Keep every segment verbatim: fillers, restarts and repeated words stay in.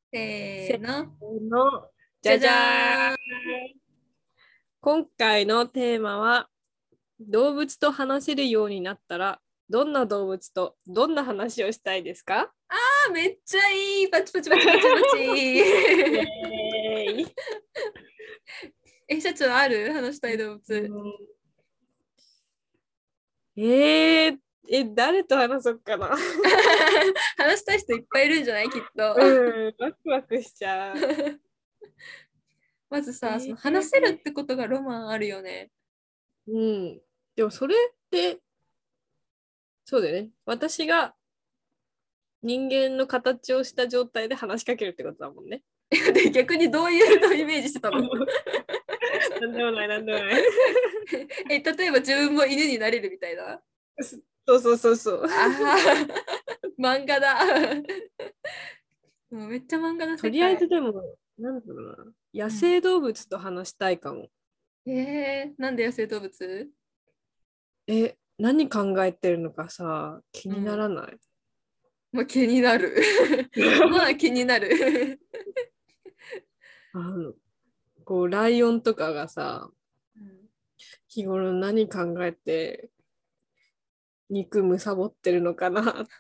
せーの。 のじゃじゃーん。今回のテーマは、動物と話せるようになったらどんな動物とどんな話をしたいですか？ あー、めっちゃいい。パチパチパチパチパチ。 イエーイ。 え、社長ある話したい動物。 えー、え、誰と話そうかな。 話したい人いっぱいいるんじゃないきっと。 うん、ワクワクしちゃう。 まずさ、そのえー、 話せるってことがロマンあるよね。 うん。でもそれって、そうだよね。私が人間の形をした状態で話しかけるってことだもんね。 で、逆にどういうのをイメージしてたの？ なんでもない、なんでもない。 え、例えば自分も犬になれるみたいな。 そうそうそうそう。 ああ、漫画だ。もうめっちゃ漫画の世界。 とりあえずでも、なんだろうな。野生動物と話したいかも。 うん、えー、なんで野生動物？ え、何考えてるのかさ、気にならない？うん、 まあ気になる。まあ気になる。 あの、こう、ライオンとかがさ、 うん、 日頃何考えて肉むさぼってるのかなって。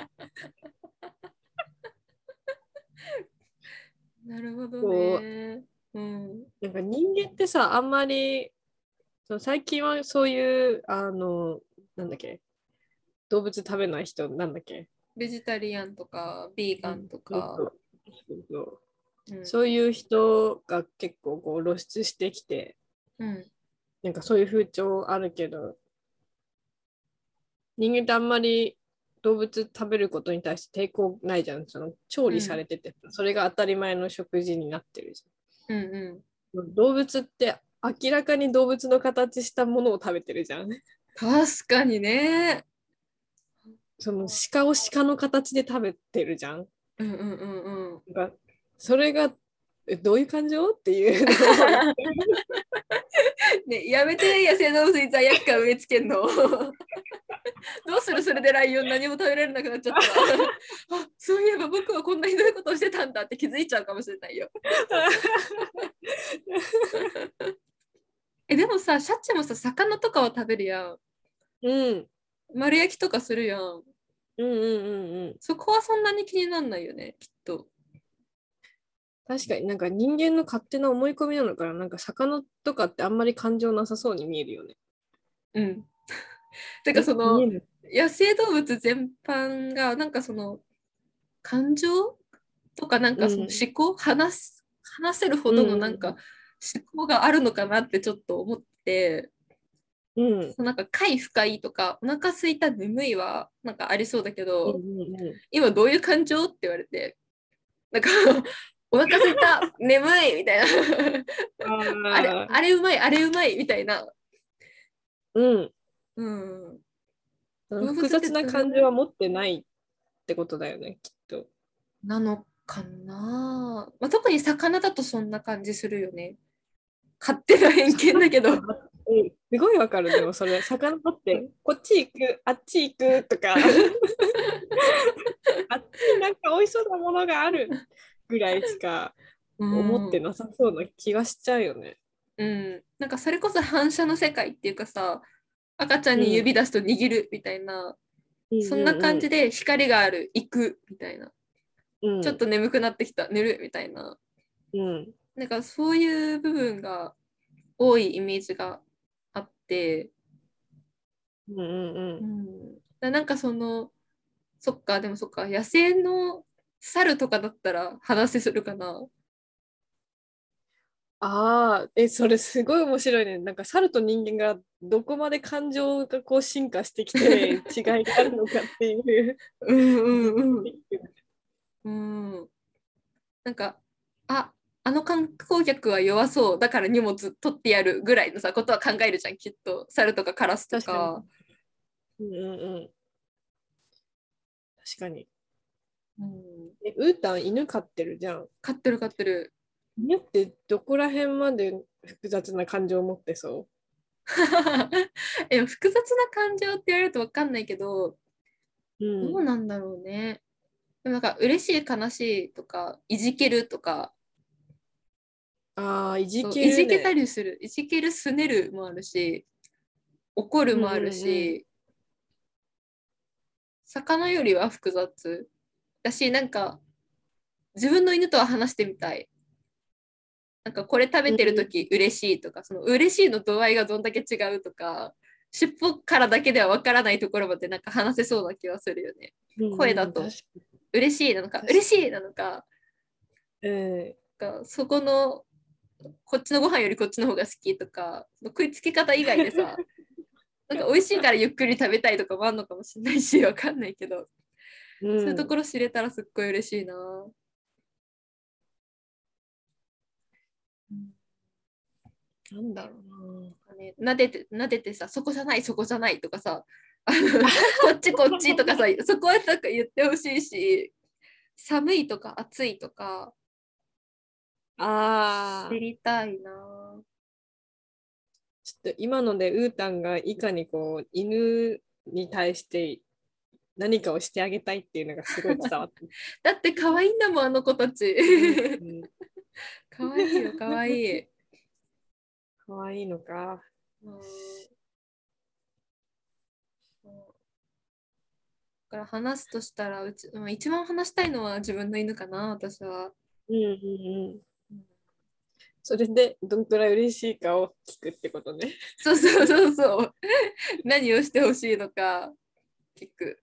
なるほどこね。うん。 う、なんか人間ってさ、あんまり、その最近はそういう、あの、なんだっけ、動物食べない人、なんだっけ。 ベジタリアンとか、ビーガンとか。 そうそうそうそう、 うん。 そういう人が結構こう露出してきて、 うん。 なんかそういう風潮あるけど、人間ってあんまり動物食べることに対して抵抗ないじゃん。その調理さうん。 れてて、それが当たり前の食事になってるじうん。 ゃん。動物って明らかに動物の形したものを食べてるじゃん。 確かにね。 その鹿を鹿の形で食べてるじゃん。 うんうんうんうん。 なんかそれがどういう感情っていうのをね、やめて野生動物に罪悪感植え付けんの。どうするそれでライオン何も食べられなくなっちゃったら。あ、そういえば僕はこんなひどいことをしてたんだって気づいちゃうかもしれないよ。え、でもさ、シャチもさ、魚とかは食べるやん。 うん。 丸焼きとかするやん。 うんうんうんうん。 そこはそんなに気になんないよね、きっと。 確かになんか人間の勝手な思い込みなのかな。なんか魚とかってあんまり感情なさそうに見えるよね。 うん。てかえ、 その見える。 野生動物全般がなんかその感情とかなんかそのうん。 思考話す話せるほうんどのなんか思考があるのかなってちょっと思って、 うん。うん。 なんか快不快とかお腹空いた眠いはなんかありそうだけうんど、 うんう今どういう感情って言われて、なんかお腹空いた眠いみたいな。 ん。 あれああ、 あれうまいあれうまいみたいな。 うん。 うん。 その動物って複雑な感情は持ってないってことだよね、きっと。 なのかな、まあ、特に魚だとそんな感じするよね。勝手な偏見だけど。 うん、すごいわかる。でもそれ、魚だって、こっち行く、あっち行くとか、あっちになんか美味しそうなものがあるぐらいしかう思ってん。 なさそうな気がしちゃうよね。 うん。なんかそれこそ反射の世界っていうかさ、赤ちゃんにうん。 指出すと握るみたいな、 うんそんな感うんじで光がある、行くみたいな。 うん。 ちょっと眠くなってきた、寝るみたいな。 うん。 なんかそういう部分が多いイメージがあって、 うんうんうん。 うん。だなんかその、そっか、でもそっか、野生の猿とかだったら話せするかな。 ああ、え、それすごい面白いね。なんか猿と人間がどこまで感情がこう進化してきて違いがあるのかっていう。 うんうんうん。うん。なんか、あ、あの観光客は弱そう、だから荷物取ってやるぐらいのさ、ことは考えるじゃん、きっと。猿とかカラスと確かに。 か。 うんうんうん。確かに。 うん。 え、ウータン犬飼ってるじゃん。 飼ってる飼ってる。 犬ってどこら辺まで複雑な感情を持ってそえ、複雑な感情って言われると分かんないけど、 う？うん。 どうなんだろうね。 でもなんか嬉しい悲しいとかいじけるとか、 ああ、いじそうけいじけたるね。 りする、いじけるすねるもあるし、怒るうんもあるうんうん。 し、魚よりは複雑だし、なんか自分の犬とは話してみたい。なんかこれ食べてるとうんき嬉しいとか、その嬉しいの度合いがどんだけ違うとか、尻尾からだけではわからないところまでなんか話せそうな気はするよね。 うんうん、確声だとか嬉しいなのか、 確か嬉しいなのか、 うん。 かそこのこっちのご飯よりこっちの方が好きとか、食いつき方以外でさ、なんか美味しいからゆっくり食べたいとかもあるのかもしれないし、わかんないけど、 うそういうとこん。 ろ知れたらすっごい嬉しいな。 なんだろうね、撫でて、撫でてさ、そこじゃない、そこじゃないとかさ、あのこっちこっちとかさ、そこはなんか言ってほしいし、寒いとか暑いとかな。あ知あ、 りたいな。 ちょっと今のでウータンがいかにこう犬に対して何かをしてあげたいっていうのがすごい伝わってだって可愛いんだもん、あの子たち。 る。うん。 可愛いよ、可愛い。 かわいいのか。 うんだから話すとしたらうち、うん一番話したいのは自分の犬かな、私は。 うんうんうん。 うんそれでどんくらい嬉しいかを聞くってことね。 そうそうそうそう。何をしてほしいのか聞く。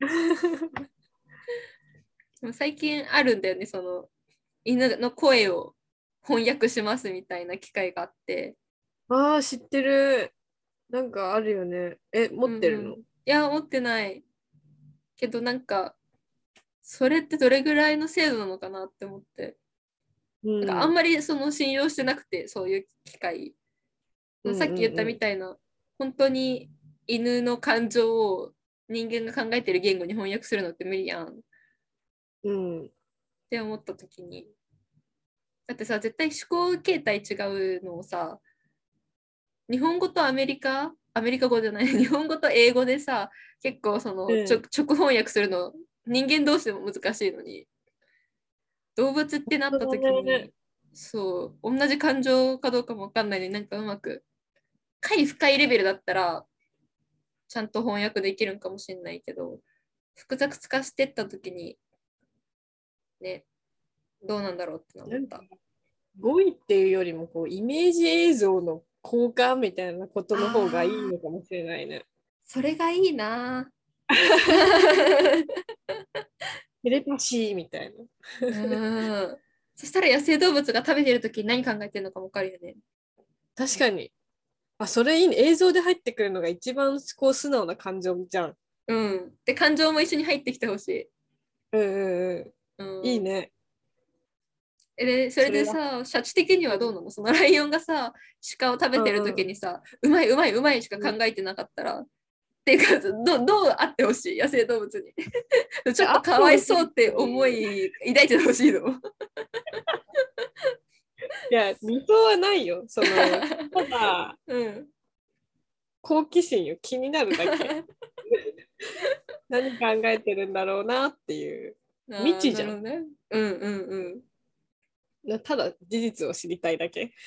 でも最近あるんだよね、その犬の声を翻訳しますみたいな機会があって。 ああ、知ってる。なんかあるよね。え、持うんうん。 ってるの？ いや、持ってないけど、なんか、それってどれぐらいの精度なのかなって思って。 うん。うんなんかあんまりその信用してなくて、そういう機会。 うんさっき言ったうん。 みたいな、本当に犬の感情を人間が考えてる言語に翻訳するのって無理やんっうん。 て思った時に。だってさ、絶対思考形態違うのをさ、日本語とアメリカ、アメリカ語じゃない、日本語と英語でさ、結構その直うん。 直翻訳するの、人間同士でも難しいのに、動物ってなったそうだね。 時に、そう、同じ感情かどうかもわかんないのになんかうまく、深い深いレベルだったら、ちゃんと翻訳できるんかもしれないけど、複雑化してった時に、ね、どうなんだろうって思なんかった。 語彙っていうよりもこうイメージ映像の交換みたいなことの方がいいああ、 のかもしれないね。 それがいいな。 テレパシーみたいな。 うん。そしたら野生動物が食べてる時に何考えてるのかもわかるよね。 確かに。あ、それいいね。映像で入ってくるのが一番こう素直な感情じゃん。 うん。で、感情も一緒に入ってきてほしい。 うんうんうん。 うん。 いいね。 えで、それそれだ。 でさ、シャチ的にはどうなの？そのライオンがさ、鹿を食べてるうんうん時にさ、うまいうまいうまいしかうん。 考えてなかったら、っていうか、どどうあってほしい野生動物に。ちょっあとかわいってほしいそうってっていう。 思い抱いてほしいの。 いや、理想はないよ。その、ただ、 うん。 好奇心よ。気になるだけ。何考えてるんだろうなっていう。未ああ、 知じゃん。 なるほどね。うんうんうん。 なただ事実を知りたいだけ。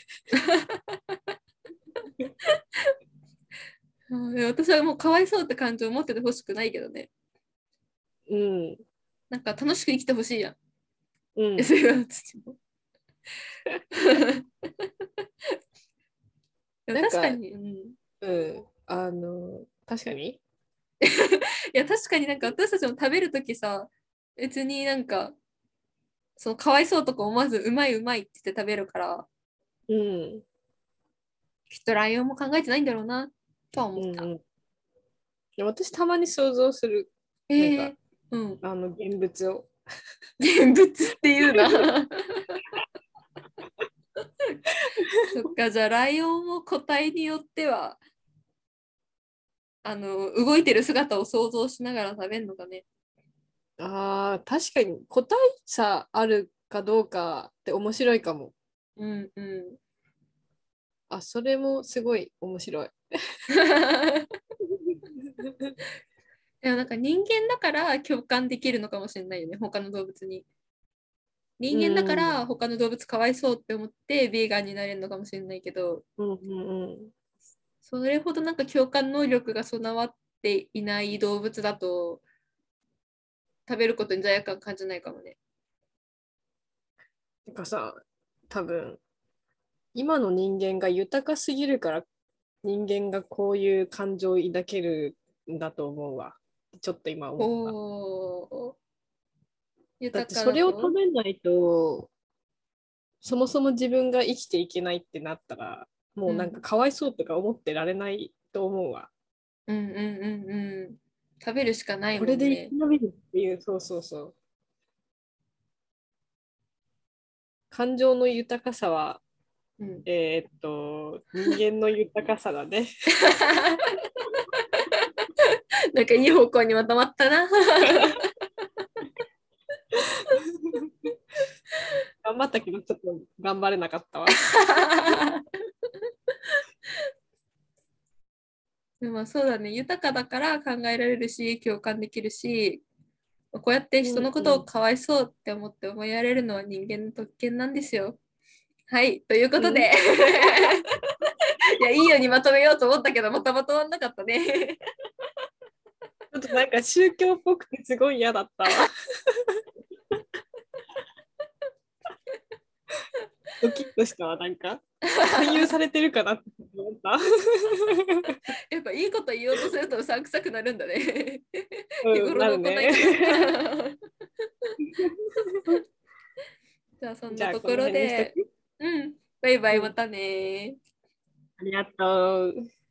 うんいや私はもうかわいそうって感情を持っててほしくないけどね。 うん。 なんか楽しく生きてほしいやん。 うん。 エスエフ の土も。でもなんか、 確かに、うん、いうん。あの、確かに。 や確かになんか私たちも食べるときさ、別になんか、そのかわいそうとか思わずうまいうまいって言って食べるから、 うん。 きっとライオンも考えてないんだろうなとは思った。 うんうん。で私たまに想像する。なんか、 えー、うん。 あの、現物を。 現物っていうな。そっか、じゃあライオンも個体によっては、あの、動いてる姿を想像しながら食べるのかね。 ああ、確かに個体差あるかどうかって面白いかも。 うんうん。 あ、それもすごい面白い。 でもなんか人間だから共感できるのかもしれないよね、他の動物に。人間だかうんら他の動物かわいそうって思ってビーガンになれるのかもしれないけど、 うんうんうん。 それほどなんか共感能力が備わっていない動物だと食べることに罪悪感感じないかもね。 てかさ、多分今の人間が豊かすぎるから人間がこういう感情を抱けるんだと思うわ。ちょっと今思った。 おー、豊だってそれを食かだと。 べないと、そもそも自分が生きていけないってなったら、もうなんかうん、 かわいそうとか思ってられないと思うわ。 うんうんうんうん。食べるしかないこれで生もんね。 き延びるっていう、そうそうそう。感情の豊かさは、 うん。 えーっと、人間の豊かさだね。 なんかいい方向にまとまったな。 頑張ったけど、ちょっと頑張れなかったわ。 でもそうだね、豊かだから考えられるし、共感できるし、こうやって人のことをうんうん。 かわいそうって思って思いやれるのは人間の特権なんですよ。はい、ということで。 うん、 いや、いいようにまとめようと思ったけど、またまとまんなかったね。 ちょっとなんか宗教っぽくてすごい嫌だったわ。ドキッとしたわ、なんか。勧誘されてるかなって思った。 やっぱいいこと言おうとするとうさんくさくなるんだね。日うん、 頃の行いなるね。 方。じゃあそんじゃあ、 なとここの辺にしとく。 ろで、うん、バイバイ、まうん、 たね。 ありがとう。